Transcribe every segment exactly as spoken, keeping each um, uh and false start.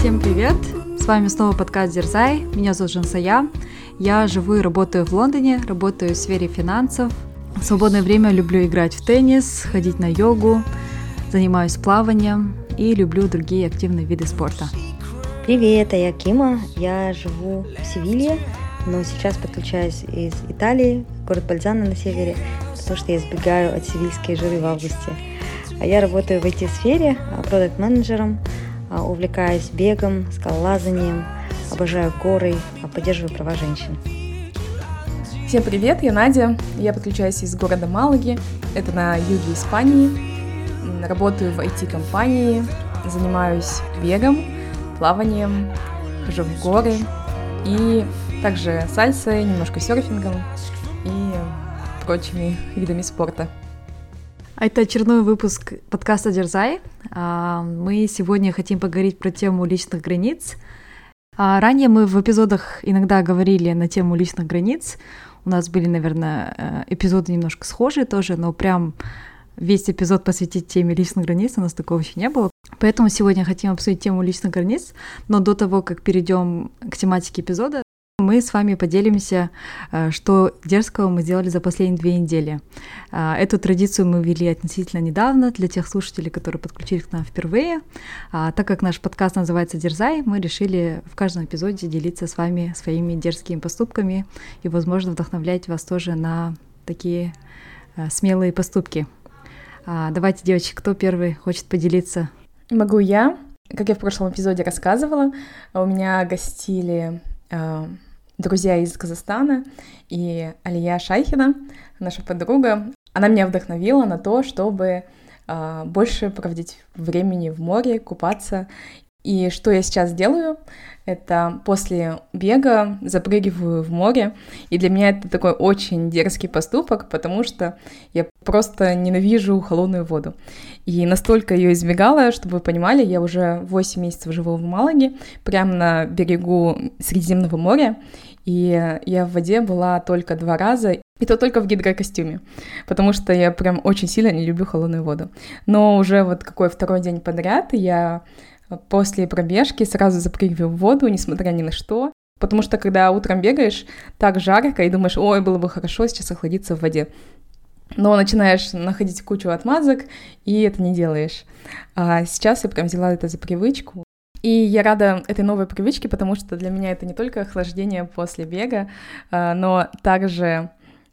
Всем привет! С вами снова подкаст Дерзай. Меня зовут Жансая. Я живу и работаю в Лондоне, работаю в сфере финансов. В свободное время люблю играть в теннис, ходить на йогу, занимаюсь плаванием и люблю другие активные виды спорта. Привет, я Кима. Я живу в Севилье, но сейчас подключаюсь из Италии, город Больцано на севере, потому что я избегаю от севильской жары в августе. Я работаю в ай ти-сфере, продакт-менеджером, увлекаюсь бегом, скалолазанием, обожаю горы, поддерживаю права женщин. Всем привет, я Надя, я подключаюсь из города Малаги, это на юге Испании, работаю в ай ти-компании, занимаюсь бегом, плаванием, хожу в горы и также сальсой, немножко серфингом и прочими видами спорта. Это очередной выпуск подкаста Дерзай. Мы сегодня хотим поговорить про тему личных границ. Ранее мы в эпизодах иногда говорили на тему личных границ. У нас были, наверное, эпизоды немножко схожие тоже, но прям весь эпизод посвятить теме личных границ у нас такого еще не было. Поэтому сегодня хотим обсудить тему личных границ. Но до того, как перейдем к тематике эпизода, мы с вами поделимся, что дерзкого мы сделали за последние две недели. Эту традицию мы ввели относительно недавно для тех слушателей, которые подключились к нам впервые. Так как наш подкаст называется «Дерзай», мы решили в каждом эпизоде делиться с вами своими дерзкими поступками и, возможно, вдохновлять вас тоже на такие смелые поступки. Давайте, девочки, кто первый хочет поделиться? Могу я. Как я в прошлом эпизоде рассказывала, у меня гостили друзья из Казахстана и Алия Шайхина, наша подруга. Она меня вдохновила на то, чтобы э, больше проводить времени в море, купаться. И что я сейчас делаю, это после бега запрыгиваю в море. И для меня это такой очень дерзкий поступок, потому что я просто ненавижу холодную воду. И настолько ее избегала, чтобы вы понимали, я уже восемь месяцев живу в Малаге, прямо на берегу Средиземного моря. И я в воде была только два раза, и то только в гидрокостюме, потому что я прям очень сильно не люблю холодную воду. Но уже вот какой второй день подряд я после пробежки сразу запрыгиваю в воду, несмотря ни на что, потому что когда утром бегаешь, так жарко, и думаешь, ой, было бы хорошо сейчас охладиться в воде. Но начинаешь находить кучу отмазок, и это не делаешь. А сейчас я прям взяла это за привычку. И я рада этой новой привычке, потому что для меня это не только охлаждение после бега, но также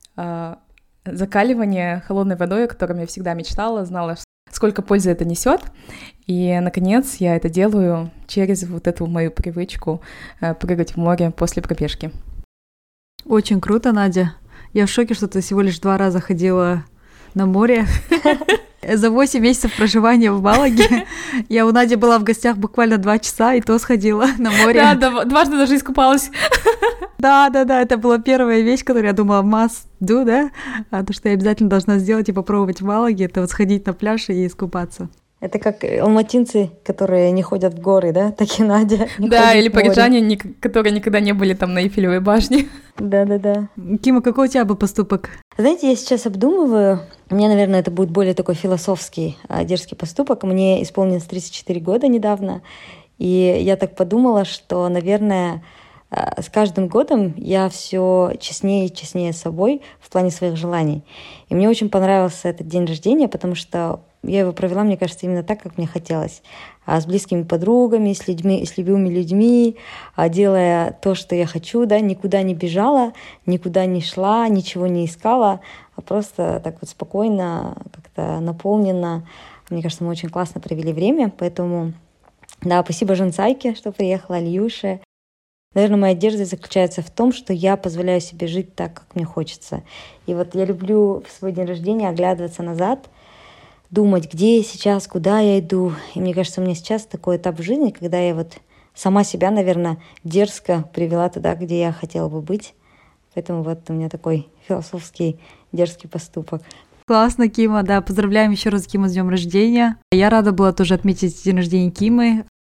закаливание холодной водой, о котором я всегда мечтала, знала, сколько пользы это несет. И, наконец, я это делаю через вот эту мою привычку прыгать в море после пробежки. Очень круто, Надя. Я в шоке, что ты всего лишь два раза ходила на море. За восемь месяцев проживания в Малаге я у Нади была в гостях буквально два часа, и то сходила на море. Да, дважды даже искупалась. Да-да-да, это была первая вещь, которую я думала, must do, да? А то, что я обязательно должна сделать и попробовать в Малаге, это вот сходить на пляж и искупаться. Это как алматинцы, которые не ходят в горы, да? Так и Надя не Да, ходит или в море. парижане, которые никогда не были там на Эйфелевой башне. Да-да-да. Кима, какой у тебя был поступок? Знаете, я сейчас обдумываю, у меня, наверное, это будет более такой философский, дерзкий поступок. Мне исполнилось тридцать четыре года недавно, и я так подумала, что, наверное, с каждым годом я все честнее и честнее с собой в плане своих желаний. И мне очень понравился этот день рождения, потому что я его провела, мне кажется, именно так, как мне хотелось. С близкими подругами, с людьми, с любыми людьми, делая то, что я хочу, да, никуда не бежала, никуда не шла, ничего не искала, а просто так вот спокойно, как-то наполненно. Мне кажется, мы очень классно провели время, поэтому, да, спасибо Жансайке, что приехала, Альюше. Наверное, моя дерзость заключается в том, что я позволяю себе жить так, как мне хочется. И вот я люблю в свой день рождения оглядываться назад, думать, где я сейчас, куда я иду. И мне кажется, у меня сейчас такой этап в жизни, когда я вот сама себя, наверное, дерзко привела туда, где я хотела бы быть. Поэтому вот у меня такой философский дерзкий поступок. Классно, Кима, да, поздравляем еще раз Киму с днем рождения. Я рада была тоже отметить день рождения Кимы.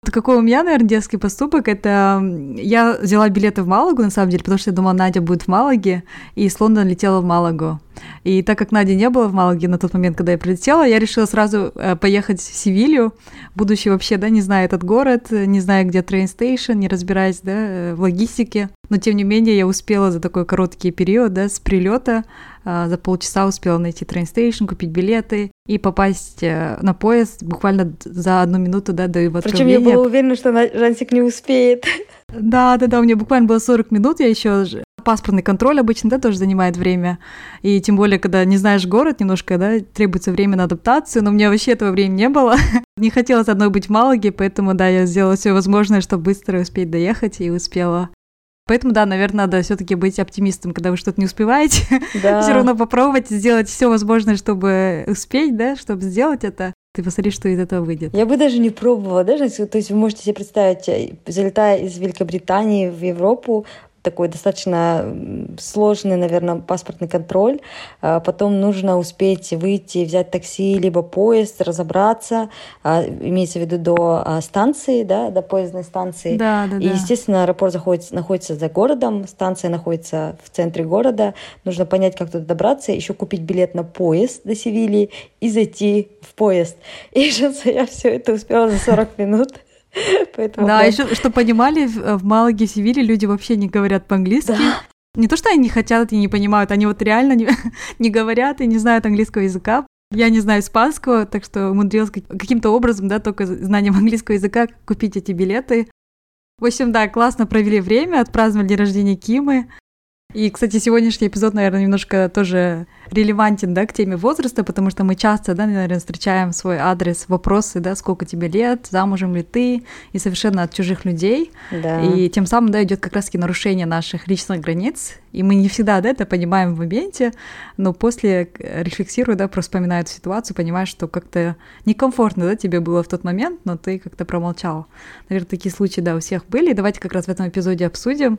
Какой у меня, наверное, детский поступок, это я взяла билеты в Малагу, на самом деле, потому что я думала, Надя будет в Малаге, и из Лондона летела в Малагу. И так как Нади не было в Малаге на тот момент, когда я прилетела, я решила сразу поехать в Севилью, будучи вообще, да, не зная этот город, не зная, где трейн-стейшн, не разбираясь, да, в логистике. Но, тем не менее, я успела за такой короткий период, да, с прилета за полчаса успела найти трейн-стейшн, купить билеты и попасть на поезд буквально за одну минуту, да, до его отправления. Причем я была уверена, что Жансик не успеет. Да, да, да, у меня буквально было сорок минут, я еще паспортный контроль обычно, да, тоже занимает время, и тем более, когда не знаешь город, немножко, да, требуется время на адаптацию, но у меня вообще этого времени не было, не хотелось одной быть в Малаге, поэтому, да, я сделала все возможное, чтобы быстро успеть доехать, и успела. Поэтому, да, наверное, надо все-таки быть оптимистом, когда вы что-то не успеваете, да. Все равно попробовать сделать все возможное, чтобы успеть, да, чтобы сделать это. Ты посмотри, что из этого выйдет. Я бы даже не пробовала, даже, то есть вы можете себе представить, залетая из Великобритании в Европу, такой достаточно сложный, наверное, паспортный контроль. Потом нужно успеть выйти, взять такси, либо поезд, разобраться, имеется в виду до станции, да, до поездной станции. Да, да, и, да. естественно, аэропорт находится, находится за городом, станция находится в центре города. Нужно понять, как туда добраться, еще купить билет на поезд до Севильи и зайти в поезд. И я все это успела за сорок минут. Поэтому да, еще, чтобы понимали, в Малаге, в Севилье люди вообще не говорят по-английски. Да. Не то, что они не хотят и не понимают, они вот реально не, не говорят и не знают английского языка. Я не знаю испанского, так что умудрилась каким-то образом, да, только знанием английского языка купить эти билеты. В общем, да, классно провели время, отпраздновали день рождения Кимы. И, кстати, сегодняшний эпизод, наверное, немножко тоже релевантен, да, к теме возраста, потому что мы часто, да, наверное, встречаем в свой адрес вопросы, да, сколько тебе лет, замужем ли ты, и совершенно от чужих людей. Да. И тем самым, да, идет как раз-таки нарушение наших личных границ, и мы не всегда, да, это понимаем в моменте, но после, рефлексируя, да, просто вспоминаю эту ситуацию, понимаешь, что как-то некомфортно, да, тебе было в тот момент, но ты как-то промолчал. Наверное, такие случаи, да, у всех были, давайте как раз в этом эпизоде обсудим.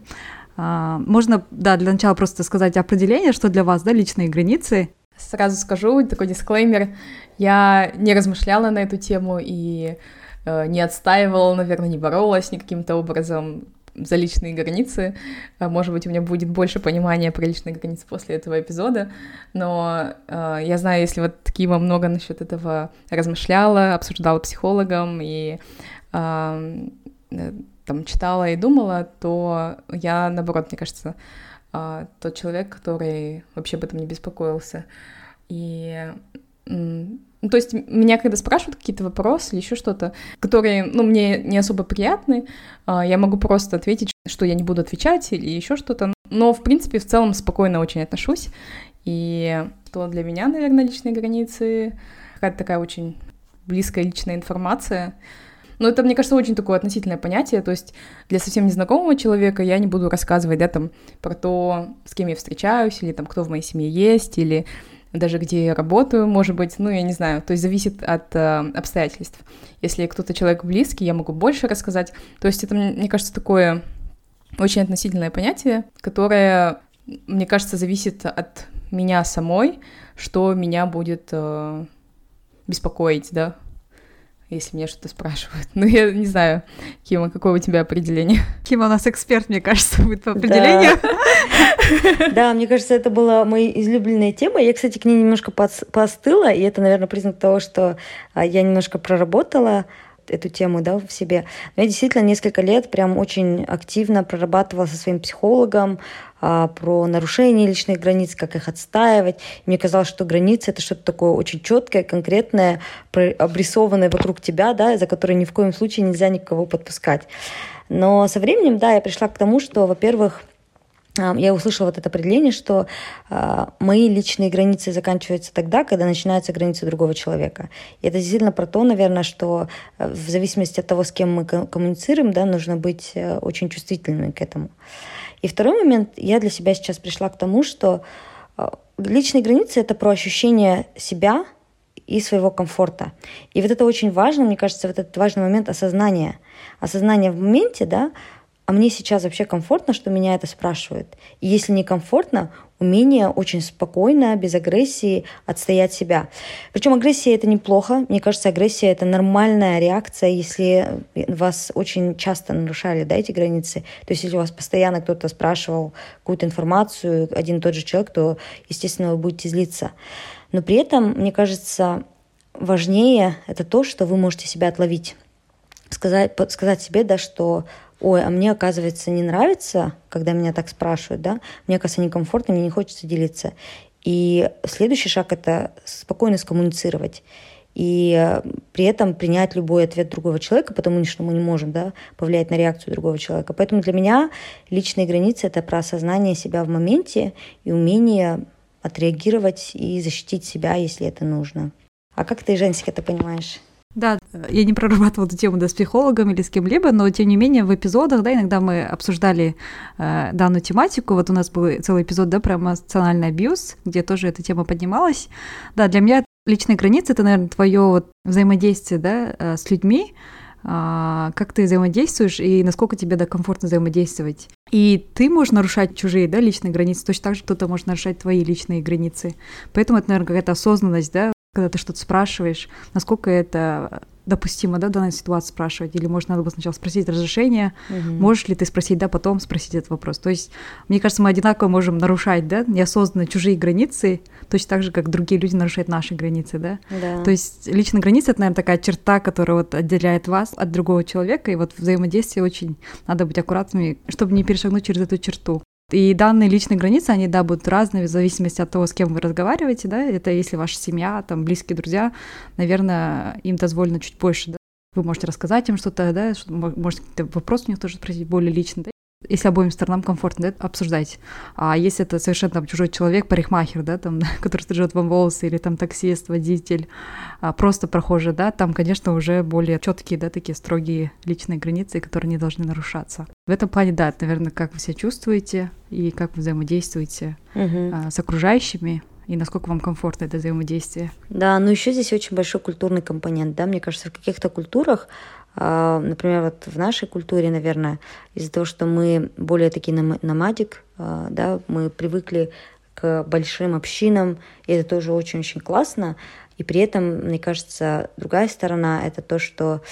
Можно, да, для начала просто сказать определение, что для вас, да, личные границы. Сразу скажу, такой дисклеймер, я не размышляла на эту тему и э, не отстаивала, наверное, не боролась никаким-то образом за личные границы. Может быть, у меня будет больше понимания про личные границы после этого эпизода, но э, я знаю, если вот Кима много насчет этого размышляла, обсуждала с психологом и э, там читала и думала, то я, наоборот, мне кажется, тот человек, который вообще об этом не беспокоился. И, ну, то есть меня, когда спрашивают какие-то вопросы или еще что-то, которые, ну, мне не особо приятны, я могу просто ответить, что я не буду отвечать или еще что-то. Но, в принципе, в целом спокойно очень отношусь. И что для меня, наверное, личные границы, какая-то такая очень близкая личная информация. Но это, мне кажется, очень такое относительное понятие, то есть для совсем незнакомого человека я не буду рассказывать, да, там, про то, с кем я встречаюсь, или там, кто в моей семье есть, или даже где я работаю, может быть, ну, я не знаю, то есть зависит от э, обстоятельств. Если кто-то человек близкий, я могу больше рассказать, то есть это, мне кажется, такое очень относительное понятие, которое, мне кажется, зависит от меня самой, что меня будет э, беспокоить, да, если меня что-то спрашивают. Ну, я не знаю, Кима, какое у тебя определение? Кима у нас эксперт, мне кажется, будет по определению. Да, мне кажется, это была моя излюбленная тема. Я, кстати, к ней немножко поостыла, и это, наверное, признак того, что я немножко проработала эту тему, да, в себе. Но я действительно несколько лет прям очень активно прорабатывала со своим психологом а, про нарушение личных границ, как их отстаивать. Мне казалось, что границы — это что-то такое очень четкое, конкретное, обрисованное вокруг тебя, да, за которое ни в коем случае нельзя никого подпускать. Но со временем, да, я пришла к тому, что, во-первых, я услышала вот это определение, что э, мои личные границы заканчиваются тогда, когда начинаются границы другого человека. И это действительно про то, наверное, что э, в зависимости от того, с кем мы коммуницируем, да, нужно быть э, очень чувствительными к этому. И второй момент, я для себя сейчас пришла к тому, что э, личные границы — это про ощущение себя и своего комфорта. И вот это очень важно, мне кажется, вот этот важный момент осознания. Осознание в моменте, да, а мне сейчас вообще комфортно, что меня это спрашивают. И если некомфортно, умение очень спокойно, без агрессии отстоять себя. Причем агрессия — это неплохо. Мне кажется, агрессия — это нормальная реакция, если вас очень часто нарушали, да, эти границы. То есть если у вас постоянно кто-то спрашивал какую-то информацию, один и тот же человек, то, естественно, вы будете злиться. Но при этом, мне кажется, важнее это то, что вы можете себя отловить. Сказать, сказать себе, да, что ой, а мне, оказывается, не нравится, когда меня так спрашивают, да, мне, оказывается, некомфортно, мне не хочется делиться. И следующий шаг — это спокойно скоммуницировать. И при этом принять любой ответ другого человека, потому что мы не можем, да, повлиять на реакцию другого человека. Поэтому для меня личные границы — это про осознание себя в моменте и умение отреагировать и защитить себя, если это нужно. А как ты, Женсик, это понимаешь? Да, я не прорабатывала эту тему да, с психологом или с кем-либо, но тем не менее в эпизодах, да, иногда мы обсуждали э, данную тематику. Вот у нас был целый эпизод, да, про эмоциональный абьюз, где тоже эта тема поднималась. Да, для меня личные границы — это, наверное, твое вот взаимодействие, да, э, с людьми, э, как ты взаимодействуешь и насколько тебе, да, комфортно взаимодействовать. И ты можешь нарушать чужие, да, личные границы, точно так же кто-то может нарушать твои личные границы. Поэтому это, наверное, какая-то осознанность, да, когда ты что-то спрашиваешь, насколько это допустимо, да, в данной ситуации спрашивать, или, может, надо было сначала спросить разрешение, угу. Можешь ли ты спросить, да, потом спросить этот вопрос. То есть, мне кажется, мы одинаково можем нарушать, да, неосознанно чужие границы, точно так же, как другие люди нарушают наши границы, да. Да. То есть личные границы — это, наверное, такая черта, которая вот отделяет вас от другого человека, и вот в взаимодействии очень надо быть аккуратными, чтобы не перешагнуть через эту черту. И данные личные границы, они, да, будут разными в зависимости от того, с кем вы разговариваете, да, это если ваша семья, там, близкие друзья, наверное, им дозволено чуть больше, да, вы можете рассказать им что-то, да, можете какие-то вопросы у них тоже спросить более лично, да, если обоим сторонам комфортно, да, обсуждать. А если это совершенно там чужой человек, парикмахер, да, там, который стрижет вам волосы, или там таксист, водитель, а просто прохожий, да, там, конечно, уже более четкие, да, такие строгие личные границы, которые не должны нарушаться. В этом плане, да, это, наверное, как вы себя чувствуете и как вы взаимодействуете uh-huh. а, с окружающими, и насколько вам комфортно это взаимодействие. Да, но еще здесь очень большой культурный компонент, да, мне кажется, в каких-то культурах, например, вот в нашей культуре, наверное, из-за того, что мы более такие номадик, да, мы привыкли к большим общинам, и это тоже очень-очень классно. И при этом, мне кажется, другая сторона — это то, что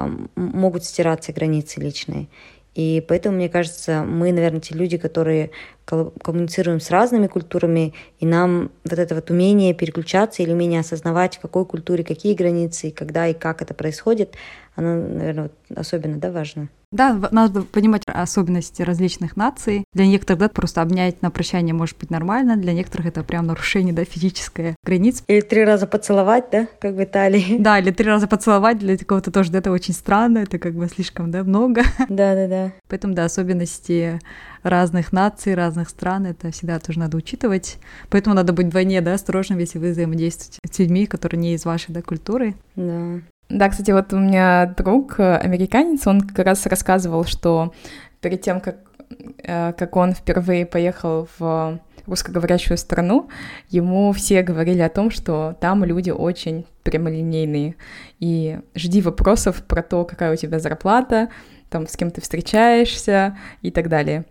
могут стираться границы личные. И поэтому, мне кажется, мы, наверное, те люди, которые коммуницируем с разными культурами, и нам вот это вот умение переключаться или умение осознавать, в какой культуре какие границы, и когда и как это происходит, оно, наверное, вот особенно, да, важно. Да, надо понимать особенности различных наций. Для некоторых, да, просто обнять на прощание может быть нормально, для некоторых это прям нарушение, да, физическое границ. Или три раза поцеловать, да, как в Италии. Да, или три раза поцеловать для кого-то тоже, да, это очень странно, это как бы слишком, да, много. Да-да-да. Поэтому, да, особенности разных наций, разных стран, это всегда тоже надо учитывать. Поэтому надо быть вдвойне, да, осторожным, если вы взаимодействуете с людьми, которые не из вашей, да, культуры. Да. Да, кстати, вот у меня друг, американец, он как раз рассказывал, что перед тем, как, как он впервые поехал в русскоговорящую страну, ему все говорили о том, что там люди очень прямолинейные, и жди вопросов про то, какая у тебя зарплата, там, с кем ты встречаешься и так далее.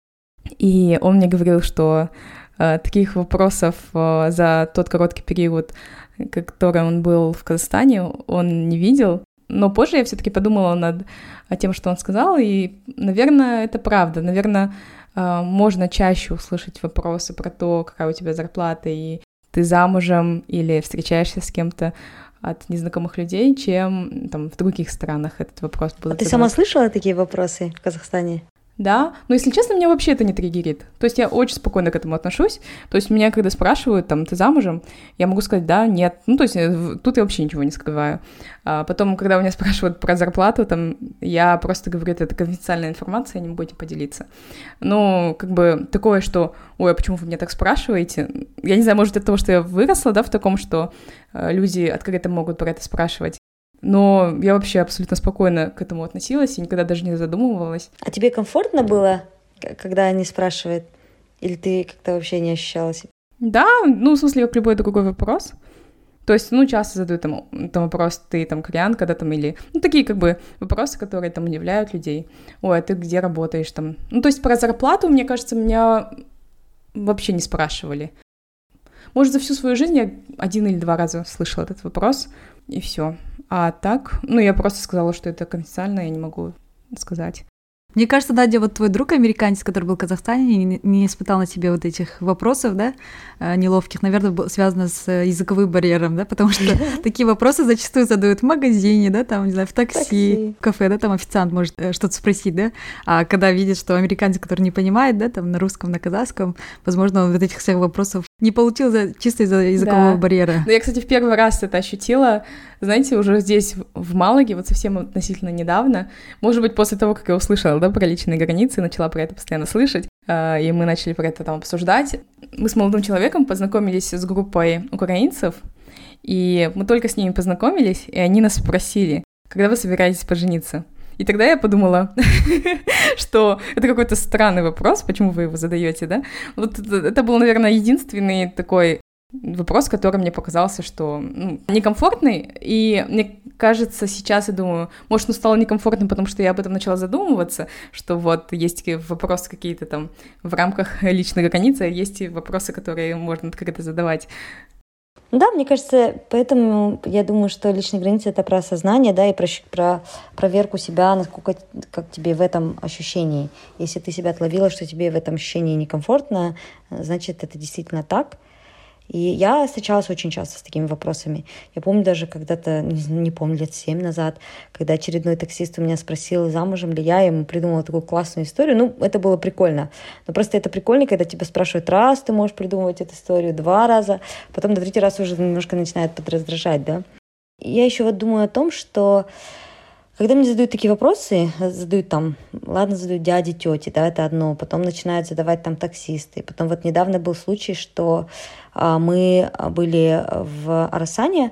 И он мне говорил, что э, таких вопросов э, за тот короткий период, который он был в Казахстане, он не видел. Но позже я все-таки подумала над тем, что он сказал, и, наверное, это правда. Наверное, можно чаще услышать вопросы про то, какая у тебя зарплата, и ты замужем или встречаешься с кем-то от незнакомых людей, чем там в других странах этот вопрос был. А ты сама слышала такие вопросы в Казахстане? Да, но если честно, меня вообще это не триггерит. То есть я очень спокойно к этому отношусь. То есть меня, когда спрашивают, там, ты замужем, я могу сказать да, нет. Ну, то есть тут я вообще ничего не скрываю. А потом, когда у меня спрашивают про зарплату, там, я просто говорю, это конфиденциальная информация, не будете поделиться. Ну, как бы такое, что, ой, а почему вы меня так спрашиваете? Я не знаю, может, от того, что я выросла, да, в таком, что люди открыто могут про это спрашивать. Но я вообще абсолютно спокойно к этому относилась и никогда даже не задумывалась. А тебе комфортно было, когда они спрашивают? Или ты как-то вообще не ощущала себя? Да, ну, в смысле, как любой другой вопрос. То есть, ну, часто задают там, там вопрос, ты там кореянка, да, там, или, ну, такие как бы вопросы, которые там удивляют людей. Ой, а ты где работаешь там? Ну, то есть про зарплату, мне кажется, меня вообще не спрашивали. Может, за всю свою жизнь я один или два раза слышала этот вопрос, и все. А так, ну, я просто сказала, что это конфиденциально, я не могу сказать. Мне кажется, Надя, вот твой друг американец, который был в Казахстане, не, не испытал на себе вот этих вопросов, да, неловких, наверное, было связано с языковым барьером, да, потому что такие вопросы зачастую задают в магазине, да, там, не знаю, в такси, в кафе, да, там официант может что-то спросить, да, а когда видит, что американец, который не понимает, да, там, на русском, на казахском, возможно, он вот этих всех вопросов не получил чисто из-за языкового барьера. Ну, я, кстати, в первый раз это ощутила, знаете, уже здесь, в Малаге, вот совсем относительно недавно, может быть, после того, как я услышала, да, про личные границы, начала про это постоянно слышать, и мы начали про это там обсуждать. Мы с молодым человеком познакомились с группой украинцев, и мы только с ними познакомились, и они нас спросили, когда вы собираетесь пожениться? И тогда я подумала, что это какой-то странный вопрос, почему вы его задаете, да? Вот это был, наверное, единственный такой вопрос, который мне показался, что ну, некомфортный, и мне кажется, сейчас я думаю, может, он стал некомфортным, потому что я об этом начала задумываться, что вот есть вопросы какие-то там в рамках личной границы, а есть и вопросы, которые можно открыто задавать. Да, мне кажется, поэтому я думаю, что личные границы — это про осознание, да, и про, про проверку себя, насколько как тебе в этом ощущении. Если ты себя отловила, что тебе в этом ощущении некомфортно, значит, это действительно так. И я встречалась очень часто с такими вопросами. Я помню даже когда-то, не, не помню, лет семь назад, когда очередной таксист у меня спросил, замужем ли я, и ему придумала такую классную историю. Ну, это было прикольно. Но просто это прикольно, когда тебя спрашивают раз, ты можешь придумывать эту историю, два раза, потом на третий раз уже немножко начинает подраздражать, да. И я еще вот думаю о том, что когда мне задают такие вопросы, задают там, ладно, задают дяди, тети, да, это одно, потом начинают задавать там таксисты. Потом вот недавно был случай, что а, мы были в Арасане,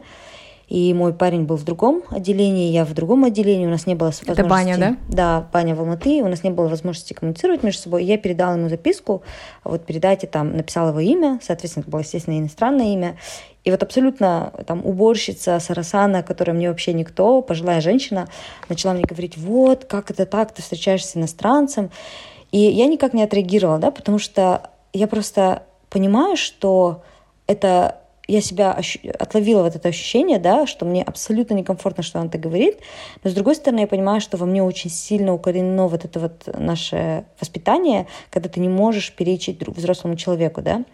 и мой парень был в другом отделении, я в другом отделении, у нас не было возможности... Это баня, да? Да, баня в Алматы, у нас не было возможности коммуницировать между собой. Я передала ему записку, вот передайте там, написала его имя, соответственно, это было, естественно, иностранное имя. И вот абсолютно там уборщица с Арасана, которая мне вообще никто, пожилая женщина, начала мне говорить, вот, как это так, ты встречаешься с иностранцем. И я никак не отреагировала, да, потому что я просто понимаю, что это... Я себя ощу... отловила вот это ощущение, да, что мне абсолютно некомфортно, что он так говорит. Но, с другой стороны, я понимаю, что во мне очень сильно укоренено вот это вот наше воспитание, когда ты не можешь перечить взрослому человеку, да.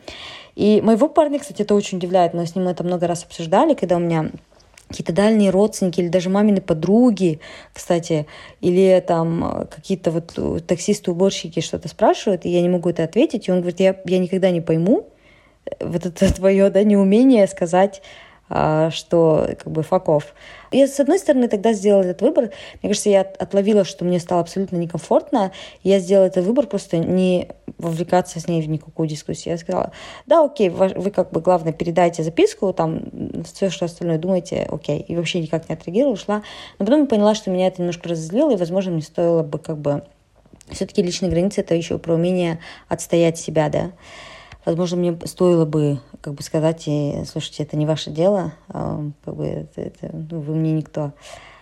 И моего парня, кстати, это очень удивляет. Мы с ним это много раз обсуждали, когда у меня какие-то дальние родственники или даже мамины подруги, кстати, или там какие-то вот таксисты, уборщики что-то спрашивают, и я не могу это ответить. И он говорит, я, я никогда не пойму, вот это твое, да, неумение сказать, а, что как бы fuck off. Я, с одной стороны, тогда сделала этот выбор. Мне кажется, я отловила, что мне стало абсолютно некомфортно. И я сделала этот выбор просто не вовлекаться с ней в никакую дискуссию. Я сказала, да, окей, вы как бы, главное, передайте записку, там, все, что остальное думаете, окей. И вообще никак не отреагировала, ушла. Но потом я поняла, что меня это немножко разозлило, и, возможно, мне стоило бы как бы... Все-таки личные границы — это еще про умение отстоять себя, да. Возможно, мне стоило бы как бы сказать, слушайте, это не ваше дело, как бы это, это, ну, вы мне никто.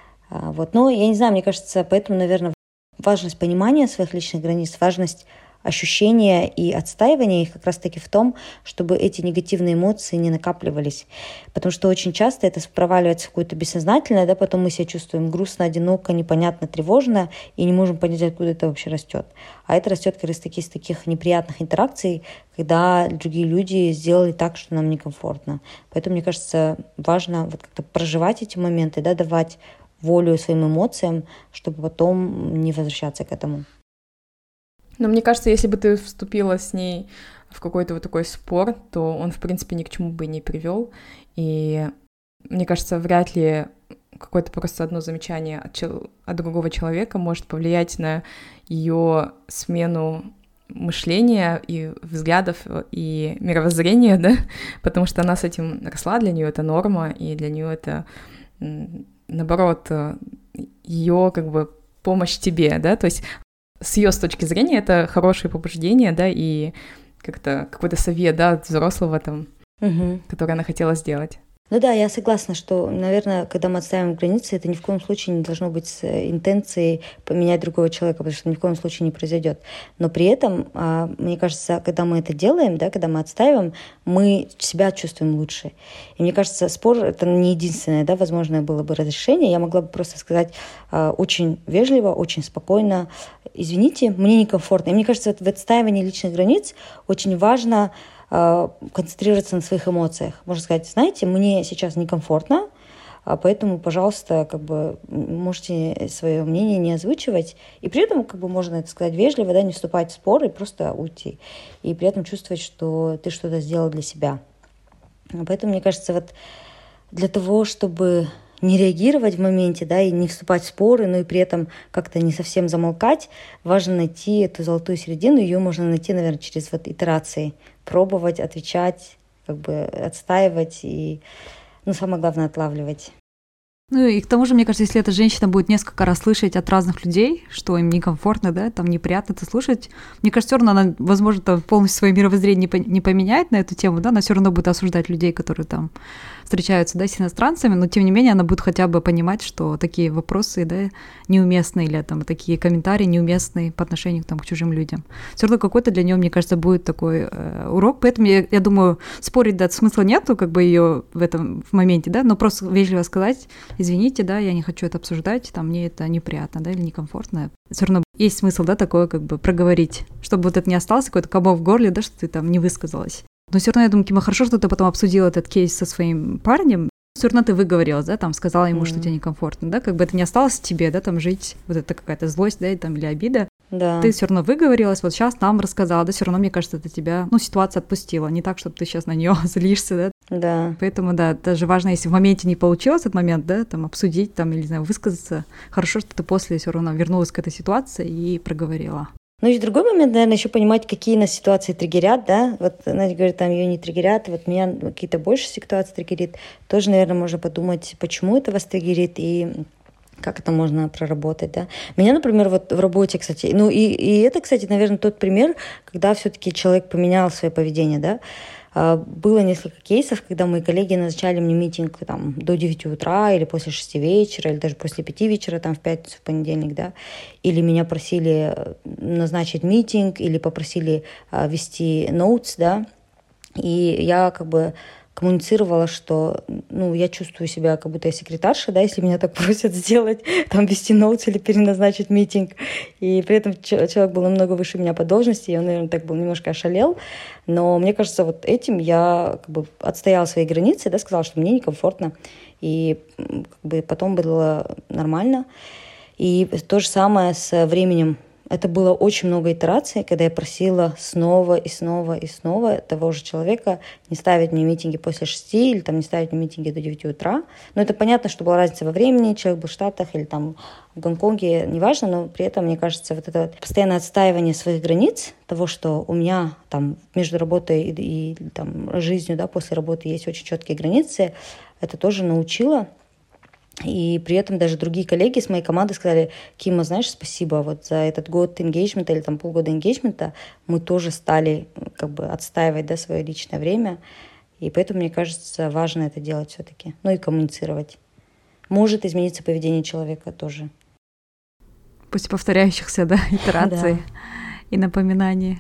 Вот. Но я не знаю, мне кажется, поэтому, наверное, важность понимания своих личных границ, важность ощущения и отстаивания их как раз-таки в том, чтобы эти негативные эмоции не накапливались. Потому что очень часто это проваливается в какое-то бессознательное, да, потом мы себя чувствуем грустно, одиноко, непонятно, тревожно, и не можем понять, откуда это вообще растет. А это растет как раз таки из таких неприятных интеракций, когда другие люди сделали так, что нам некомфортно. Поэтому, мне кажется, важно вот как-то проживать эти моменты, да, давать волю своим эмоциям, чтобы потом не возвращаться к этому. Но мне кажется, если бы ты вступила с ней в какой-то вот такой спор, то он, в принципе, ни к чему бы не привел. И мне кажется, вряд ли какое-то просто одно замечание от, чел- от другого человека может повлиять на ее смену мышления и взглядов и мировоззрения, да, потому что она с этим росла, для нее это норма, и для нее это, наоборот, ее как бы помощь тебе, да, то есть с ее с точки зрения это хорошее побуждение, да, и как-то какой-то совет, да, от взрослого там, угу. который она хотела сделать. Ну да, я согласна, что, наверное, когда мы отстаиваем границы, это ни в коем случае не должно быть с интенцией поменять другого человека, потому что ни в коем случае не произойдет. Но при этом, мне кажется, когда мы это делаем, да, когда мы отстаиваем, мы себя чувствуем лучше. И мне кажется, спор — это не единственное, да, возможное было бы разрешение. Я могла бы просто сказать очень вежливо, очень спокойно: извините, мне некомфортно. И мне кажется, в отстаивании личных границ очень важно концентрироваться на своих эмоциях. Можно сказать: знаете, мне сейчас некомфортно, поэтому, пожалуйста, как бы можете свое мнение не озвучивать. И при этом, как бы, можно это сказать вежливо, да, не вступать в спор и просто уйти. И при этом чувствовать, что ты что-то сделал для себя. Поэтому, мне кажется, вот для того, чтобы не реагировать в моменте, да, и не вступать в споры, но и при этом как-то не совсем замолкать, важно найти эту золотую середину. Ее можно найти, наверное, через вот итерации. Пробовать, отвечать, как бы отстаивать и, ну, самое главное, отлавливать. Ну и к тому же, мне кажется, если эта женщина будет несколько раз слышать от разных людей, что им некомфортно, да, там неприятно это слушать, мне кажется, все равно она, возможно, там полностью свое мировоззрение не поменяет на эту тему, да, она все равно будет осуждать людей, которые там встречаются, да, с иностранцами, но тем не менее она будет хотя бы понимать, что такие вопросы, да, неуместны, или там такие комментарии неуместны по отношению там, к чужим людям. Все равно какой-то для нее, мне кажется, будет такой э, урок, поэтому я, я думаю, спорить, да, смысла нету, как бы ее в этом в моменте, да, но просто вежливо сказать: извините, да, я не хочу это обсуждать, там, мне это неприятно, да, или некомфортно. Все равно есть смысл, да, такое как бы проговорить, чтобы вот это не осталось какой-то комок в горле, да, что ты там не высказалась. Но все равно, я думаю, Кима, хорошо, что ты потом обсудила этот кейс со своим парнем. Все равно ты выговорилась, да, там, сказала ему, mm-hmm. что тебе некомфортно, да, как бы это не осталось тебе, да, там, жить, вот это какая-то злость, да, там, или обида. Да. Ты все равно выговорилась, вот сейчас нам рассказала, да, все равно, мне кажется, это тебя, ну, ситуация отпустила, не так, чтобы ты сейчас на нее злишься, да. Да. Поэтому, да, даже важно, если в моменте не получилось этот момент, да, там, обсудить, там, или, не знаю, высказаться, хорошо, что ты после все равно вернулась к этой ситуации и проговорила. Ну и другой момент, наверное, еще понимать, какие нас ситуации триггерят, да. Вот Надя говорит, там ее не триггерят, вот меня какие-то больше ситуации триггерит. Тоже, наверное, можно подумать, почему это вас триггерит и как это можно проработать, да. Меня, например, вот в работе, кстати, ну и, и это, кстати, наверное, тот пример, когда все-таки человек поменял свое поведение, да. Было несколько кейсов, когда мои коллеги назначали мне митинг там, до девяти утра или после шести вечера, или даже после пяти вечера, там, в пятницу, в понедельник, да, или меня просили назначить митинг, или попросили а, вести notes, да, и я как бы коммуницировала, что, ну, я чувствую себя, как будто я секретарша, да, если меня так просят сделать, там, вести ноутс или переназначить митинг. И при этом человек был намного выше меня по должности, и он, наверное, так был немножко ошалел. Но мне кажется, вот этим я как бы отстояла свои границы, да, сказала, что мне некомфортно. И как бы потом было нормально. И то же самое с временем. Это было очень много итераций, когда я просила снова и снова и снова того же человека не ставить мне митинги после шести или там, не ставить мне митинги до девяти утра. Но это понятно, что была разница во времени, человек был в Штатах или там в Гонконге, неважно, но при этом, мне кажется, вот это постоянное отстаивание своих границ, того, что у меня там между работой и, и там, жизнью, да, после работы есть очень четкие границы, это тоже научило. И при этом даже другие коллеги с моей команды сказали: Кима, знаешь, спасибо, вот за этот год энгейджмента или там полгода энгейджмента мы тоже стали как бы отстаивать, да, свое личное время. И поэтому, мне кажется, важно это делать все-таки. Ну и коммуницировать. Может измениться поведение человека тоже. После повторяющихся, да, итераций и напоминаний.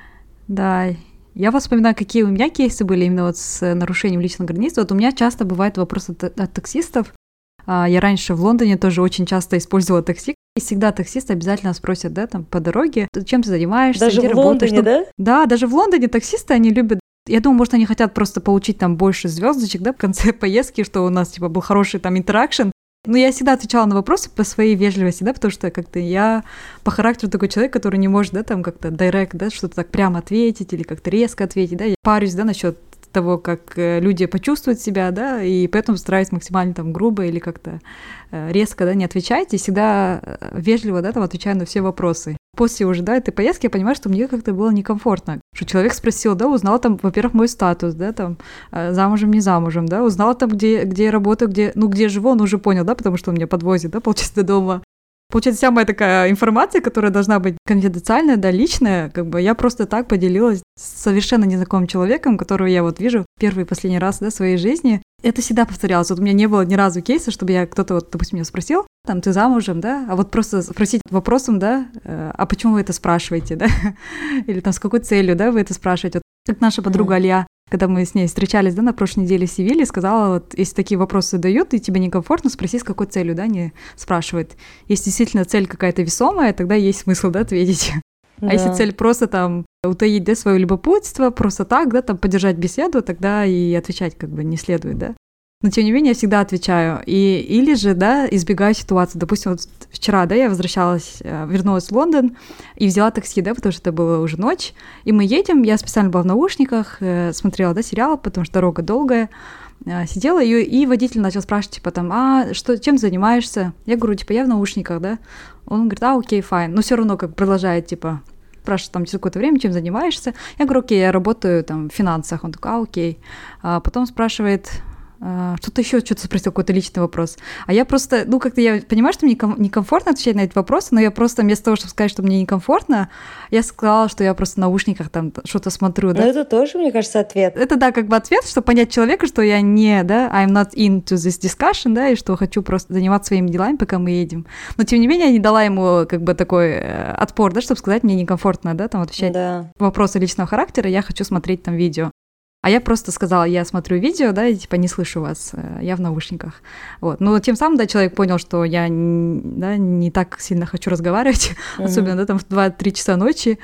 Да, я вот вспоминаю, какие у меня кейсы были именно вот с нарушением личных границ. Вот у меня часто бывает вопрос от, от таксистов. Я раньше в Лондоне тоже очень часто использовала такси. И всегда таксисты обязательно спросят, да, там, по дороге, чем ты занимаешься, даже где в работаешь. Лондоне, да? Да, даже в Лондоне таксисты, они любят. Я думаю, может, они хотят просто получить там больше звездочек, да, в конце поездки, что у нас, типа, был хороший там интеракшн. Но я всегда отвечала на вопросы по своей вежливости, да, потому что как-то я по характеру такой человек, который не может, да, там как-то директ, да, что-то так прямо ответить или как-то резко ответить, да. Я парюсь, да, насчет того, как люди почувствуют себя, да, и поэтому стараюсь максимально там грубо или как-то резко, да, не отвечать, и всегда вежливо, да, там отвечаю на все вопросы. После уже, да, этой поездки я понимаю, что мне как-то было некомфортно. Что человек спросил, да, узнал там, во-первых, мой статус, да, там, замужем, не замужем, да, узнал там, где, где я работаю, где, ну, где живу, он уже понял, да, потому что он меня подвозит, да, полчаса до дома. Получается, вся моя такая информация, которая должна быть конфиденциальная, да, личная, как бы я просто так поделилась с совершенно незнакомым человеком, которого я вот вижу первый и последний раз, да, в своей жизни. это всегда повторялось. Вот у меня не было ни разу кейса, чтобы я кто-то, вот, допустим, меня спросил, там, ты замужем, да? А вот просто спросить вопросом, да, а почему вы это спрашиваете, да? Или там с какой целью, да, вы это спрашиваете. Вот, как наша подруга mm. Алия, когда мы с ней встречались, да, на прошлой неделе в Севиле, сказала, вот, если такие вопросы дают, и тебе некомфортно, спроси, с какой целью, да, не спрашивает. Если действительно цель какая-то весомая, тогда есть смысл, да, ответить. Да. А если цель просто там утаить, да, свое любопытство, просто так, да, там поддержать беседу, тогда и отвечать как бы не следует, да. Но тем не менее я всегда отвечаю. И, или же, да, избегаю ситуации. Допустим, вот вчера, да, я возвращалась, вернулась в Лондон и взяла такси, да, потому что это была уже ночь. И мы едем, я специально была в наушниках, смотрела, да, сериал, потому что дорога долгая. Сидела, и, и водитель начал спрашивать, типа, там, а, что, чем занимаешься? Я говорю, типа, я в наушниках, да? Он говорит, а, окей, файн. Но все равно как продолжает, типа, спрашивает там через какое-то время, чем занимаешься. Я говорю, окей, я работаю там в финансах. Он такой, а, окей. А потом спрашивает, а, что-то еще, что-то спросил, какой-то личный вопрос. А я просто, ну, как-то я понимаю, что мне некомфортно отвечать на эти вопросы, но я просто вместо того, чтобы сказать, что мне некомфортно, я сказала, что я просто в наушниках там что-то смотрю, да. Ну, это тоже, мне кажется, ответ. Это, да, как бы ответ, чтобы понять человека, что я не, да, I'm not into this discussion, да, и что хочу просто заниматься своими делами, пока мы едем. Но, тем не менее, я не дала ему, как бы, такой э, отпор, да, чтобы сказать, мне некомфортно, да, там, отвечать да. вопросы личного характера, я хочу смотреть там видео. А я просто сказала, я смотрю видео, да, и типа не слышу вас, я в наушниках. Вот. Но тем самым, да, человек понял, что я, да, не так сильно хочу разговаривать, mm-hmm. особенно, да, там в два-три часа ночи,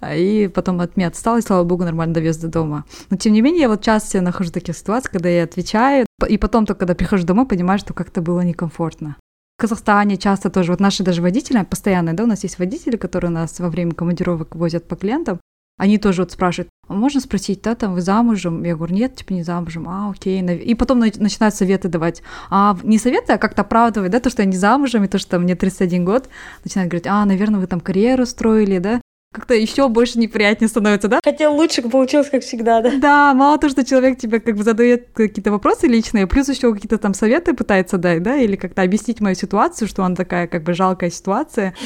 и потом от меня отстал, и, слава богу, нормально довез до дома. Но тем не менее, я вот часто нахожу такие ситуации, когда я отвечаю, и потом только, когда прихожу домой, понимаю, что как-то было некомфортно. В Казахстане часто тоже, вот наши даже водители, постоянные, да, у нас есть водители, которые нас во время командировок возят по клиентам, они тоже вот спрашивают, а можно спросить, да, там, вы замужем? Я говорю, нет, типа не замужем, а, окей. И потом начинают советы давать. А не советы, а как-то оправдывать, да, то, что я не замужем, и то, что мне тридцать один год. Начинают говорить, а, наверное, вы там карьеру строили, да. Как-то еще больше неприятнее становится, да? Хотя лучше получилось, как всегда, да? Да, мало того, что человек тебе как бы задает какие-то вопросы личные, плюс еще какие-то там советы пытается дать, да, или как-то объяснить мою ситуацию, что она такая как бы жалкая ситуация.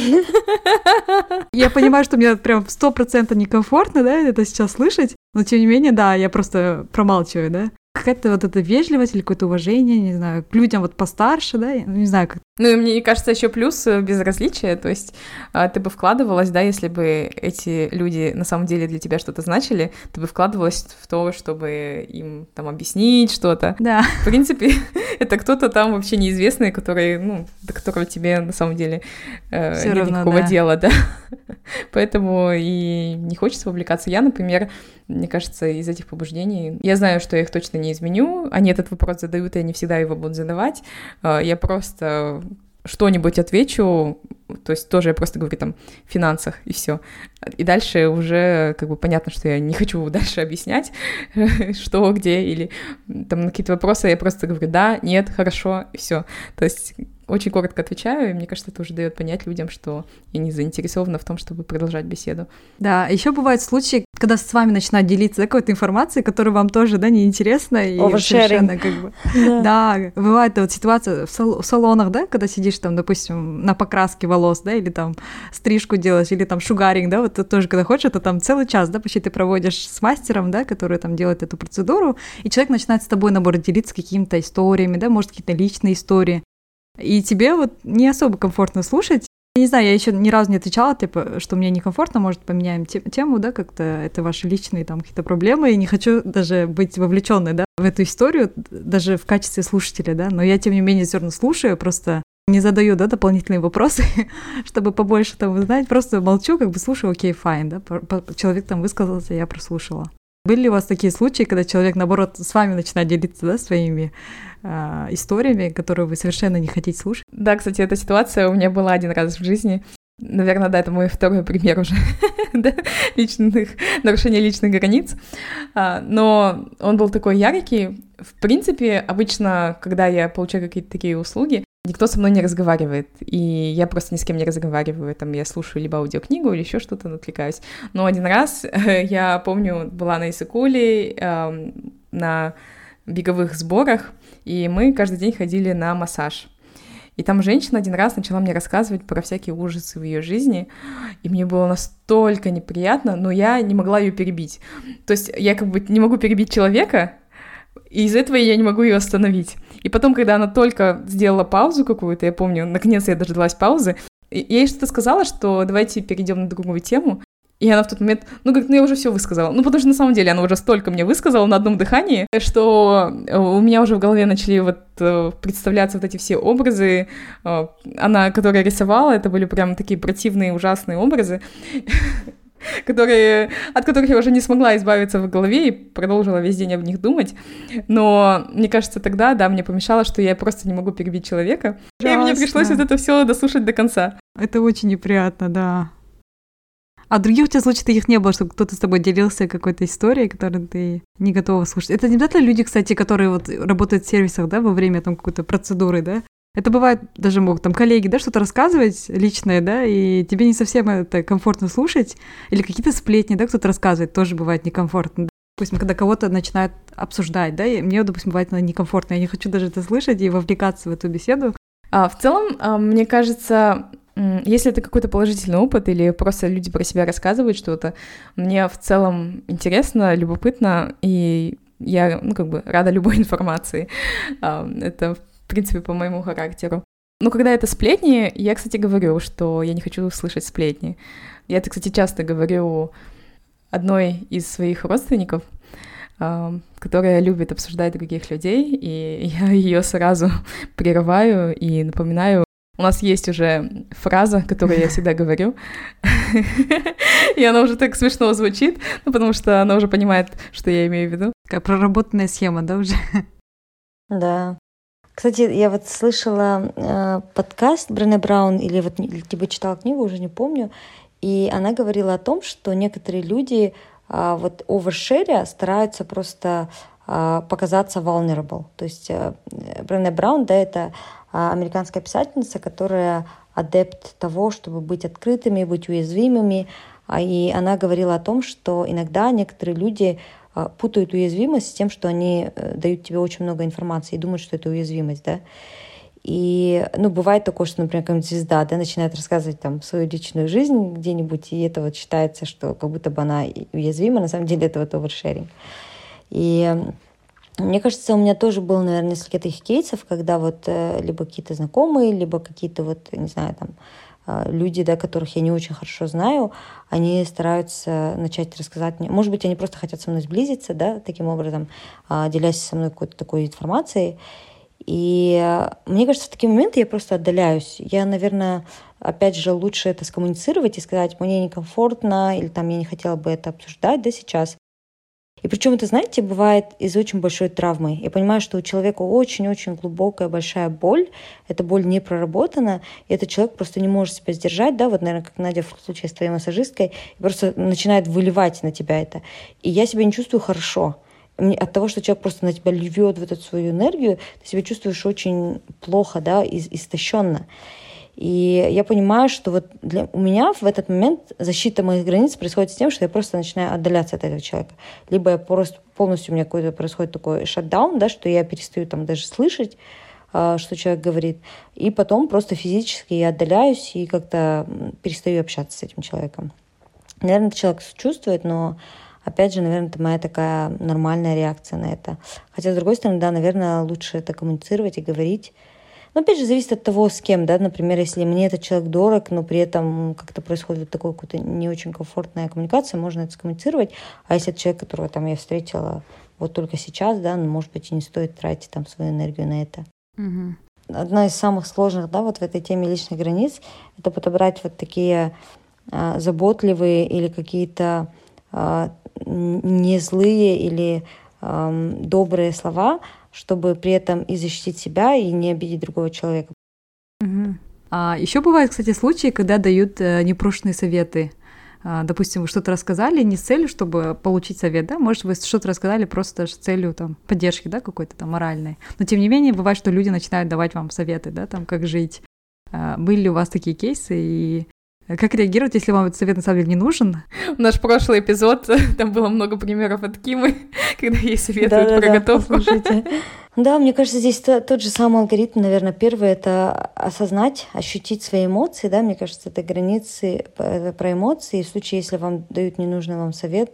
Я понимаю, что мне прям сто процентов некомфортно, да, это сейчас слышать, но тем не менее, да, я просто промалчиваю, да. Какая-то вот эта вежливость или какое-то уважение, не знаю, к людям вот постарше, да, не знаю, как. Ну, и мне кажется, еще плюс безразличие, то есть ты бы вкладывалась, да, если бы эти люди на самом деле для тебя что-то значили, ты бы вкладывалась в то, чтобы им там объяснить что-то. Да. В принципе, это кто-то там вообще неизвестный, который, ну, до которого тебе на самом деле э, нет равно, никакого да. дела, да. Поэтому и не хочется вовлекаться. Я, например, мне кажется, из этих побуждений, я знаю, что я их точно не изменю, они этот вопрос задают, и они всегда его будут задавать. Я просто что-нибудь отвечу, то есть тоже я просто говорю там в финансах, и все. И дальше уже как бы понятно, что я не хочу дальше объяснять, что, где, или там на какие-то вопросы я просто говорю да, нет, хорошо, и все. То есть очень коротко отвечаю, и мне кажется, это уже дает понять людям, что я не заинтересована в том, чтобы продолжать беседу. Да, еще бывают случаи, когда с вами начинают делиться, да, какой-то информацией, которая вам тоже, да, неинтересна, и совершенно как бы... Да, бывает вот ситуация в салонах, да, когда сидишь там, допустим, на покраске волос, да, или там стрижку делаешь, или там шугаринг, да, вот ты тоже, когда хочешь, это там целый час, да, почти ты проводишь с мастером, да, который там делает эту процедуру, и человек начинает с тобой, наоборот, делиться какими-то историями, да, может, какие-то личные истории. И тебе вот не особо комфортно слушать. Я не знаю, я еще ни разу не отвечала, типа, что мне некомфортно, может, поменяем тему, да, как-то это ваши личные там какие-то проблемы, и не хочу даже быть вовлеченной, да, в эту историю, даже в качестве слушателя, да, но я, тем не менее, все равно слушаю, просто не задаю, да, дополнительные вопросы, чтобы побольше там узнать, просто молчу, как бы слушаю, окей, файн, да, человек там высказался, я прослушала. Были ли у вас такие случаи, когда человек, наоборот, с вами начинает делиться, да, своими э, историями, которые вы совершенно не хотите слушать? Да, кстати, эта ситуация у меня была один раз в жизни. Наверное, да, это мой второй пример уже личных, нарушения личных границ. Но он был такой яркий. В принципе, обычно, когда я получаю какие-то такие услуги, никто со мной не разговаривает, и я просто ни с кем не разговариваю, там я слушаю либо аудиокнигу, или еще что-то, отвлекаюсь. Но один раз, я помню, была на Иссык-Куле, э, на беговых сборах, и мы каждый день ходили на массаж. И там женщина один раз начала мне рассказывать про всякие ужасы в ее жизни, и мне было настолько неприятно, но я не могла ее перебить. То есть я как бы не могу перебить человека, И из-за этого я не могу ее остановить. И потом, когда она только сделала паузу какую-то, я помню, наконец я дождалась паузы, я ей что-то сказала, что давайте перейдем на другую тему. И она в тот момент, ну, говорит, ну, я уже все высказала. Ну, потому что на самом деле она уже столько мне высказала на одном дыхании, что у меня уже в голове начали вот представляться вот эти все образы. Она, которая рисовала, это были прям такие противные, ужасные образы, которые, от которых я уже не смогла избавиться в голове и продолжила весь день об них думать. Но мне кажется, тогда, да, мне помешало, что я просто не могу перебить человека. Ужасно. И мне пришлось вот это все дослушать до конца. Это очень неприятно, да. А других у тебя случаев их не было, чтобы кто-то с тобой делился какой-то историей, которую ты не готова слушать? Это не обязательно люди, кстати, которые вот работают в сервисах, да, во время там какой-то процедуры, да? Это бывает, даже могут там коллеги, да, что-то рассказывать личное, да, и тебе не совсем это комфортно слушать, или какие-то сплетни, да, кто-то рассказывает, тоже бывает некомфортно. Допустим, когда кого-то начинают обсуждать, да, и мне, допустим, бывает некомфортно, я не хочу даже это слышать и вовлекаться в эту беседу. А, в целом, мне кажется, если это какой-то положительный опыт или просто люди про себя рассказывают что-то, мне в целом интересно, любопытно, и я, ну, как бы рада любой информации. Это, в принципе, по моему характеру. Но когда это сплетни, я, кстати, говорю, что я не хочу слышать сплетни. Я это, кстати, часто говорю одной из своих родственников, которая любит обсуждать других людей, и я ее сразу прерываю и напоминаю. У нас есть уже фраза, которую я всегда говорю, и она уже так смешно звучит, ну, потому что она уже понимает, что я имею в виду. Такая проработанная схема, да, уже? Да. Кстати, я вот слышала э, подкаст Брене Браун, или вот типа читала книгу, уже не помню, и она говорила о том, что некоторые люди э, вот овершеря стараются просто э, показаться vulnerable. То есть э, Брене Браун, да, это американская писательница, которая адепт того, чтобы быть открытыми, быть уязвимыми. И она говорила о том, что иногда некоторые люди путают уязвимость с тем, что они дают тебе очень много информации и думают, что это уязвимость, да. И, ну, бывает такое, что, например, какая-нибудь звезда, да, начинает рассказывать там свою личную жизнь где-нибудь, и это вот считается, что как будто бы она уязвима, на самом деле это вот овершеринг. И мне кажется, у меня тоже было, наверное, несколько таких кейсов, когда вот э, либо какие-то знакомые, либо какие-то вот, не знаю, там, э, люди, да, которых я не очень хорошо знаю, они стараются начать рассказать мне. Может быть, они просто хотят со мной сблизиться, да, таким образом, э, делясь со мной какой-то такой информацией. И э, мне кажется, в такие моменты я просто отдаляюсь. Я, наверное, опять же, лучше это скоммуницировать и сказать, мне некомфортно, или там я не хотела бы это обсуждать, да, сейчас. И причем это, знаете, бывает из очень большой травмы. Я понимаю, что у человека очень-очень глубокая, большая боль. Эта боль не проработана, и этот человек просто не может себя сдержать, да, вот, наверное, как Надя в случае с твоей массажисткой, и просто начинает выливать на тебя это. И я себя не чувствую хорошо. От того, что человек просто на тебя льет вот эту свою энергию, ты себя чувствуешь очень плохо, да, истощенно. И я понимаю, что вот для, у меня в этот момент защита моих границ происходит с тем, что я просто начинаю отдаляться от этого человека. Либо я просто полностью у меня какой-то происходит такой шатдаун, да, что я перестаю там даже слышать, что человек говорит. И потом просто физически я отдаляюсь и как-то перестаю общаться с этим человеком. Наверное, этот человек чувствует, но опять же, наверное, это моя такая нормальная реакция на это. Хотя, с другой стороны, да, наверное, лучше это коммуницировать и говорить. Но опять же, зависит от того, с кем, да, например, если мне этот человек дорог, но при этом как-то происходит вот такая какая-то не очень комфортная коммуникация, можно это скоммуницировать, а если это человек, которого там я встретила вот только сейчас, да, ну, может быть, и не стоит тратить там свою энергию на это. Угу. Одна из самых сложных, да, вот в этой теме личных границ, это подобрать вот такие а, заботливые или какие-то а, не злые или а, добрые слова, чтобы при этом и защитить себя, и не обидеть другого человека. Угу. А еще бывают, кстати, случаи, когда дают э, непрошенные советы. А, допустим, вы что-то рассказали не с целью, чтобы получить совет, да? Может, вы что-то рассказали просто с целью там, поддержки, да, какой-то там моральной. Но, тем не менее, бывает, что люди начинают давать вам советы, да, там, как жить. А, были ли у вас такие кейсы, и как реагировать, если вам этот совет на самом деле не нужен? Наш прошлый эпизод, там было много примеров от Кимы, когда ей советуют про готовку. Да, мне кажется, здесь тот же самый алгоритм, наверное, первый — это осознать, ощутить свои эмоции, да, мне кажется, это границы, это про эмоции. В случае, если вам дают ненужный вам совет,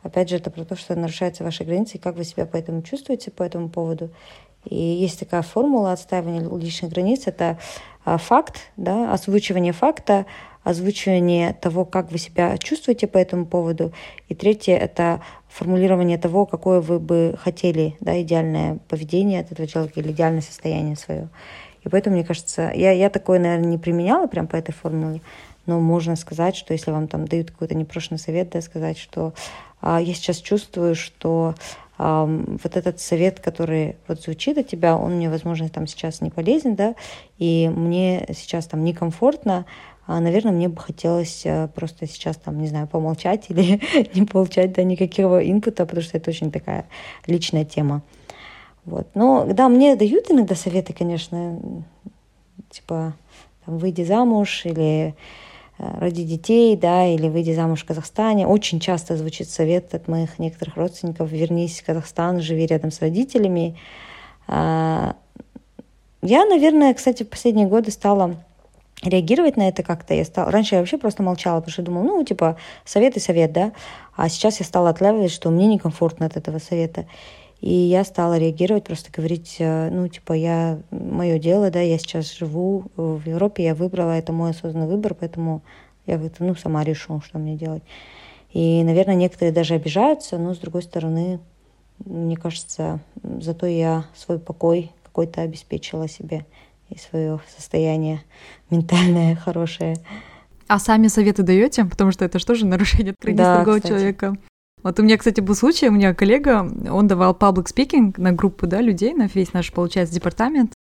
опять же, это про то, что нарушаются ваши границы, и как вы себя поэтому чувствуете по этому поводу. И есть такая формула отстаивания личных границ. Это факт, да, озвучивание факта, озвучивание того, как вы себя чувствуете по этому поводу. И третье — это формулирование того, какое вы бы хотели, да, идеальное поведение от этого человека или идеальное состояние свое. И поэтому, мне кажется, я, я такое, наверное, не применяла прям по этой формуле, но можно сказать, что если вам там дают какой-то непрошенный совет, да, сказать, что а, я сейчас чувствую, что а, вот этот совет, который вот звучит от тебя, он мне, возможно, там сейчас не полезен, да, и мне сейчас там некомфортно, а, наверное, мне бы хотелось а, просто сейчас там, не знаю, помолчать или не получать, да, никакого инпута, потому что это очень такая личная тема. Вот. Но да, мне дают иногда советы, конечно, типа там, выйди замуж или роди детей, да, или выйди замуж в Казахстане. Очень часто звучит совет от моих некоторых родственников: вернись в Казахстан, живи рядом с родителями. Я, наверное, кстати, в последние годы стала реагировать на это как-то. Я стала... Раньше я вообще просто молчала, потому что думала, ну, типа, совет и совет, да. А сейчас я стала отлавливать, что мне некомфортно от этого совета. И я стала реагировать, просто говорить, ну, типа, я, мое дело, да, я сейчас живу в Европе, я выбрала, это мой осознанный выбор, поэтому я как-то, ну, сама решу, что мне делать. И, наверное, некоторые даже обижаются, но, с другой стороны, мне кажется, зато я свой покой какой-то обеспечила себе и свое состояние ментальное хорошее. А сами советы даете? Потому что это же тоже нарушение границ да, другого кстати. человека. Вот у меня, кстати, был случай, у меня коллега, он давал public speaking на группу, да, людей, на весь наш, получается, департамент.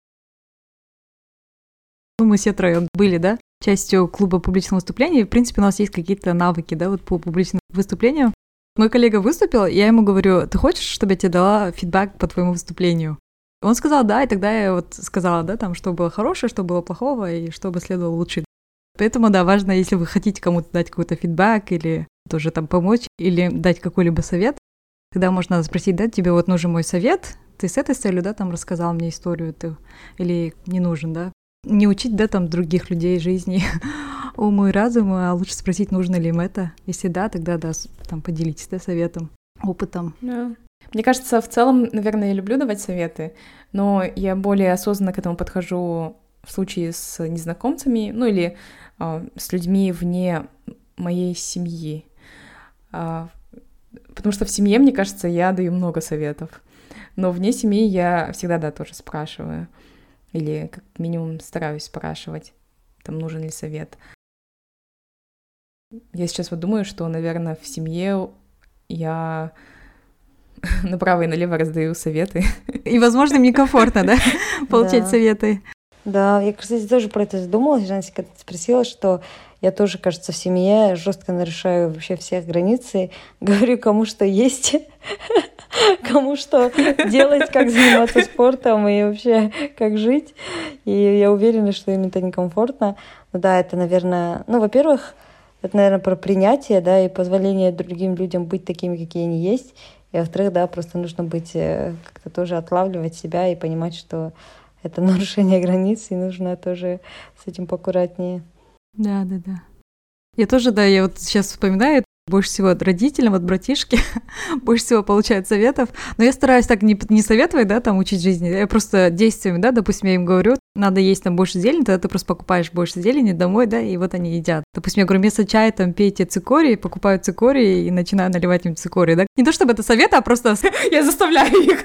Ну, мы все трое были, да, частью клуба публичного выступления, и, в принципе, у нас есть какие-то навыки, да, вот по публичному выступлению. Мой коллега выступил, я ему говорю: ты хочешь, чтобы я тебе дала фидбэк по твоему выступлению? Он сказал да, и тогда я вот сказала, да, там, что было хорошее, что было плохого, и что бы следовало улучшить. Поэтому, да, важно, если вы хотите кому-то дать какой-то фидбэк или тоже там помочь, или дать какой-либо совет, тогда можно спросить, да, тебе вот нужен мой совет, ты с этой целью, да, там рассказал мне историю, ты, или не нужен, да. Не учить, да, там других людей жизни уму и разуму, а лучше спросить, нужно ли им это. Если да, тогда, да, там поделитесь, да, советом, опытом. Да. Мне кажется, в целом, наверное, я люблю давать советы, но я более осознанно к этому подхожу в случае с незнакомцами, ну или э, с людьми вне моей семьи. А, потому что в семье, мне кажется, я даю много советов, но вне семьи я всегда, да, тоже спрашиваю. Или как минимум стараюсь спрашивать, там нужен ли совет. Я сейчас вот думаю, что, наверное, в семье я направо и налево раздаю советы. И, возможно, им некомфортно, да, получать да. советы. Да, я, кстати, тоже про это задумалась, Жанси, когда ты спросила, что я тоже, кажется, в семье жестко нарушаю вообще всех границы, говорю, кому что есть, кому что делать, как заниматься спортом и вообще как жить. И я уверена, что им это некомфортно. Но да, это, наверное, ну, во-первых, это, наверное, про принятие, да, и позволение другим людям быть такими, какие они есть. И, во-вторых, да, просто нужно быть, как-то тоже отлавливать себя и понимать, что это нарушение границ, и нужно тоже с этим поаккуратнее. Да, да, да. Я тоже, да, я вот сейчас вспоминаю, больше всего от родителям, от братишки, больше всего получают советов. Но я стараюсь так не, не советовать, да, там, учить жизни. Я просто действиями, да, допустим, я им говорю, надо есть там больше зелени, тогда ты просто покупаешь больше зелени домой, да, и вот они едят. Допустим, я говорю, вместо чая там пейте цикорий, покупаю цикорий и начинаю наливать им цикорий, да. Не то чтобы это совет, а просто я заставляю их.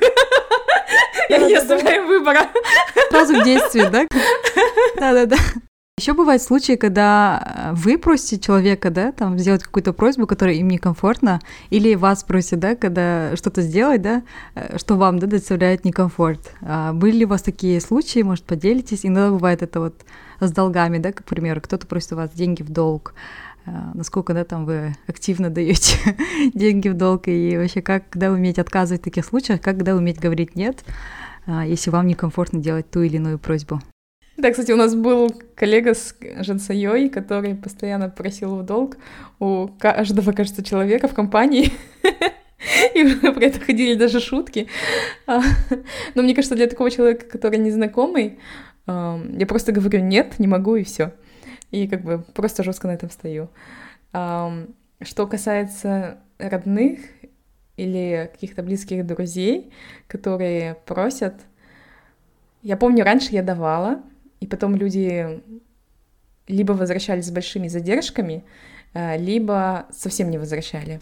Я не оставляю выбора. Сразу в действии, да? Да-да-да. Еще бывают случаи, когда вы просите человека, да, там, сделать какую-то просьбу, которая им некомфортна, или вас просят, да, когда что-то сделать, да, что вам, да, доставляет некомфорт. А были ли у вас такие случаи, может, поделитесь? Иногда бывает это вот с долгами, да, к примеру, кто-то просит у вас деньги в долг. Насколько, да, там вы активно даете деньги в долг, и вообще как, когда уметь отказывать в таких случаях, как, когда уметь говорить «нет», если вам некомфортно делать ту или иную просьбу. Да, кстати, у нас был коллега с Жансайой, который постоянно просил в долг у каждого, кажется, человека в компании, и про это ходили даже шутки. Но мне кажется, для такого человека, который незнакомый, я просто говорю «нет, не могу» и все. И как бы просто жестко на этом стою. Что касается родных или каких-то близких друзей, которые просят. Я помню, раньше я давала, и потом люди либо возвращались с большими задержками, либо совсем не возвращали.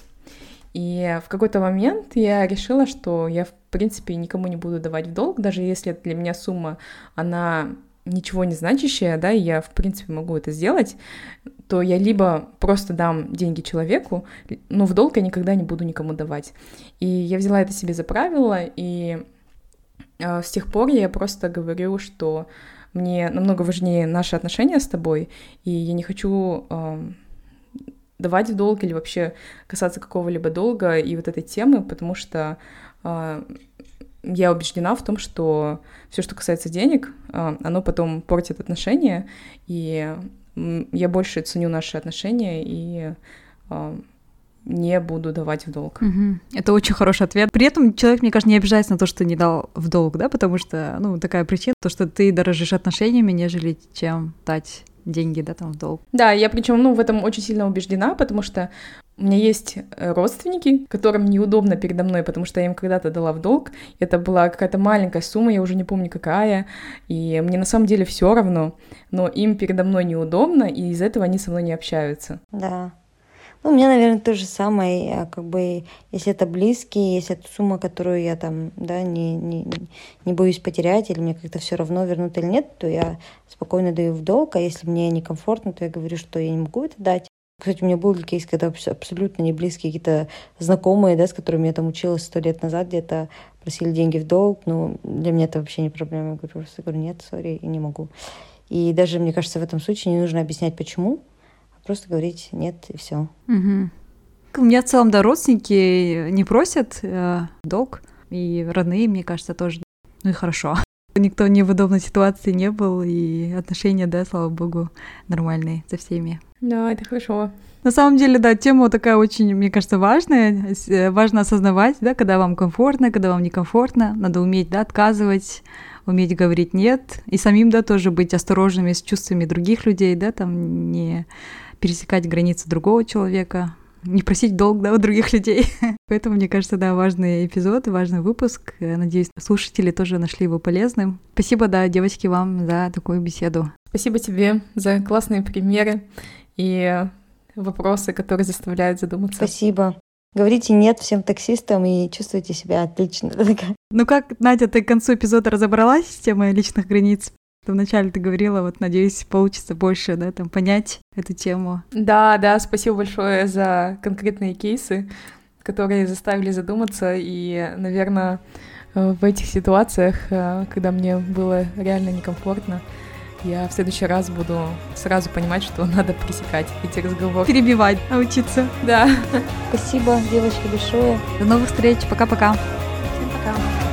И в какой-то момент я решила, что я, в принципе, никому не буду давать в долг, даже если для меня сумма, она ничего не значащая, да, и я, в принципе, могу это сделать, то я либо просто дам деньги человеку, но в долг я никогда не буду никому давать. И я взяла это себе за правило, и э, с тех пор я просто говорю, что мне намного важнее наши отношения с тобой, и я не хочу... Э, давать в долг или вообще касаться какого-либо долга и вот этой темы, потому что э, я убеждена в том, что все, что касается денег, э, оно потом портит отношения, и э, я больше ценю наши отношения и э, не буду давать в долг. Угу. Это очень хороший ответ. При этом человек, мне кажется, не обижается на то, что не дал в долг, да, потому что, ну, такая причина, то, что ты дорожишь отношениями, нежели чем дать деньги, да, там в долг. Да, я причем, ну, в этом очень сильно убеждена, потому что у меня есть родственники, которым неудобно передо мной, потому что я им когда-то дала в долг. Это была какая-то маленькая сумма, я уже не помню какая, и мне на самом деле все равно, но им передо мной неудобно, и из-за этого они со мной не общаются. Да. Ну, у меня, наверное, то же самое, как бы, если это близкие, если это сумма, которую я там, да, не, не, не боюсь потерять, или мне как-то все равно вернут или нет, то я спокойно даю в долг, а если мне некомфортно, то я говорю, что я не могу это дать. Кстати, у меня был кейс, когда абсолютно не близкие какие-то знакомые, да, с которыми я там училась сто лет назад, где-то просили деньги в долг, ну, для меня это вообще не проблема, я говорю, просто говорю, нет, сори, я не могу. И даже, мне кажется, в этом случае не нужно объяснять, почему, просто говорить нет, и все. Угу. У меня в целом, да, родственники не просят э, долг, и родные, мне кажется, тоже. Ну и хорошо. Никто не в удобной ситуации не был, и отношения, да, слава богу, нормальные со всеми. Да, это хорошо. На самом деле, да, тема такая очень, мне кажется, важная. Важно осознавать, да, когда вам комфортно, когда вам некомфортно. Надо уметь, да, отказывать, уметь говорить «нет». И самим, да, тоже быть осторожными с чувствами других людей, да, там не пересекать границы другого человека, не просить долг, да, у других людей. Поэтому, мне кажется, да, важный эпизод, важный выпуск. Надеюсь, слушатели тоже нашли его полезным. Спасибо, да, девочки, вам за такую беседу. Спасибо тебе за классные примеры и вопросы, которые заставляют задуматься. Спасибо. Говорите «нет» всем таксистам и чувствуйте себя отлично. Ну как, Надя, ты к концу эпизода разобралась с темой личных границ? Вначале ты говорила, вот, надеюсь, получится больше, да, там, понять эту тему. Да, да, спасибо большое за конкретные кейсы, которые заставили задуматься, и, наверное, в этих ситуациях, когда мне было реально некомфортно, я в следующий раз буду сразу понимать, что надо пресекать эти разговоры. Перебивать, научиться. Да. Спасибо, девочки, большое. До новых встреч, пока-пока. Всем пока.